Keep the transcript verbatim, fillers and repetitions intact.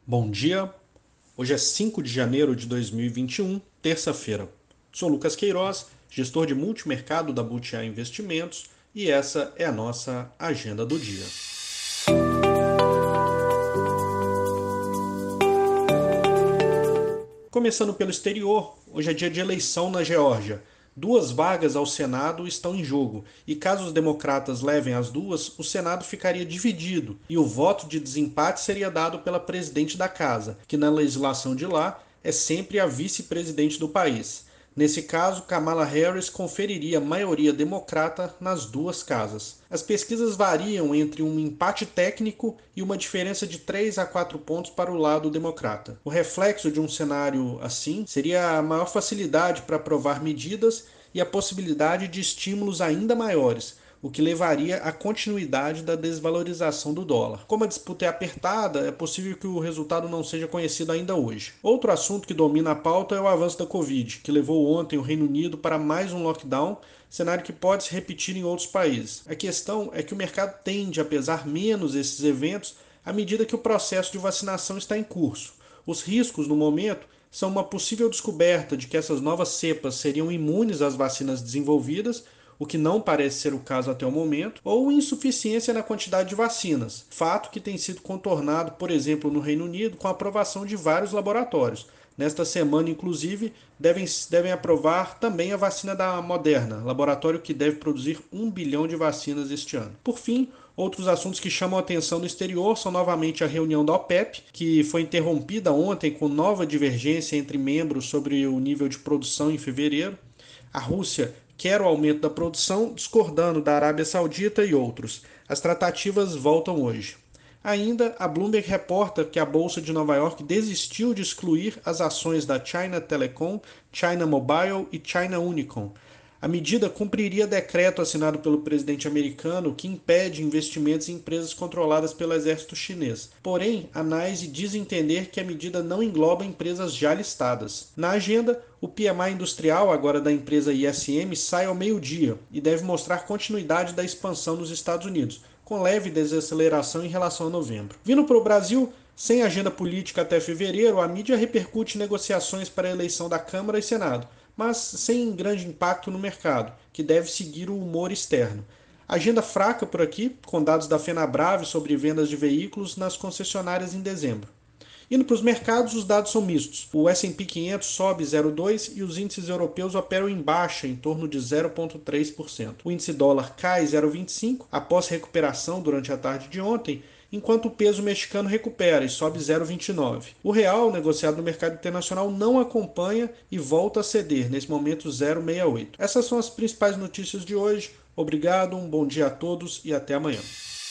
Bom dia, hoje é cinco de janeiro de dois mil e vinte e um, terça-feira. Sou Lucas Queiroz, gestor de multimercado da Butiá Investimentos e essa é a nossa agenda do dia. Começando pelo exterior, hoje é dia de eleição na Geórgia. Duas vagas ao Senado estão em jogo, e caso os democratas levem as duas, o Senado ficaria dividido e o voto de desempate seria dado pela presidente da casa, que na legislação de lá é sempre a vice-presidente do país. Nesse caso, Kamala Harris conferiria maioria democrata nas duas casas. As pesquisas variam entre um empate técnico e uma diferença de três a quatro pontos para o lado democrata. O reflexo de um cenário assim seria a maior facilidade para aprovar medidas e a possibilidade de estímulos ainda maiores, o que levaria à continuidade da desvalorização do dólar. Como a disputa é apertada, é possível que o resultado não seja conhecido ainda hoje. Outro assunto que domina a pauta é o avanço da Covid, que levou ontem o Reino Unido para mais um lockdown, cenário que pode se repetir em outros países. A questão é que o mercado tende a pesar menos esses eventos à medida que o processo de vacinação está em curso. Os riscos, no momento, são uma possível descoberta de que essas novas cepas seriam imunes às vacinas desenvolvidas, o que não parece ser o caso até o momento, ou insuficiência na quantidade de vacinas, fato que tem sido contornado, por exemplo, no Reino Unido, com a aprovação de vários laboratórios. Nesta semana, inclusive, devem, devem aprovar também a vacina da Moderna, laboratório que deve produzir um bilhão de vacinas este ano. Por fim, outros assuntos que chamam a atenção no exterior são novamente a reunião da OPEP, que foi interrompida ontem com nova divergência entre membros sobre o nível de produção em fevereiro. A Rússia quer o aumento da produção, discordando da Arábia Saudita e outros. As tratativas voltam hoje. Ainda, a Bloomberg reporta que a Bolsa de Nova York desistiu de excluir as ações da China Telecom, China Mobile e China Unicom. A medida cumpriria decreto assinado pelo presidente americano que impede investimentos em empresas controladas pelo exército chinês. Porém, a NYSE diz entender que a medida não engloba empresas já listadas. Na agenda, o P M I industrial, agora da empresa I S M, sai ao meio-dia e deve mostrar continuidade da expansão nos Estados Unidos, com leve desaceleração em relação a novembro. Vindo para o Brasil, sem agenda política até fevereiro, a mídia repercute negociações para a eleição da Câmara e Senado, mas sem grande impacto no mercado, que deve seguir o humor externo. Agenda fraca por aqui, com dados da Fenabrave sobre vendas de veículos nas concessionárias em dezembro. Indo para os mercados, os dados são mistos. O S e P quinhentos sobe zero vírgula dois por cento e os índices europeus operam em baixa, em torno de zero vírgula três por cento. O índice dólar cai zero vírgula vinte e cinco por cento após recuperação durante a tarde de ontem, enquanto o peso mexicano recupera e sobe zero vírgula vinte e nove por cento. O real, negociado no mercado internacional, não acompanha e volta a ceder, nesse momento zero vírgula sessenta e oito por cento. Essas são as principais notícias de hoje. Obrigado, um bom dia a todos e até amanhã.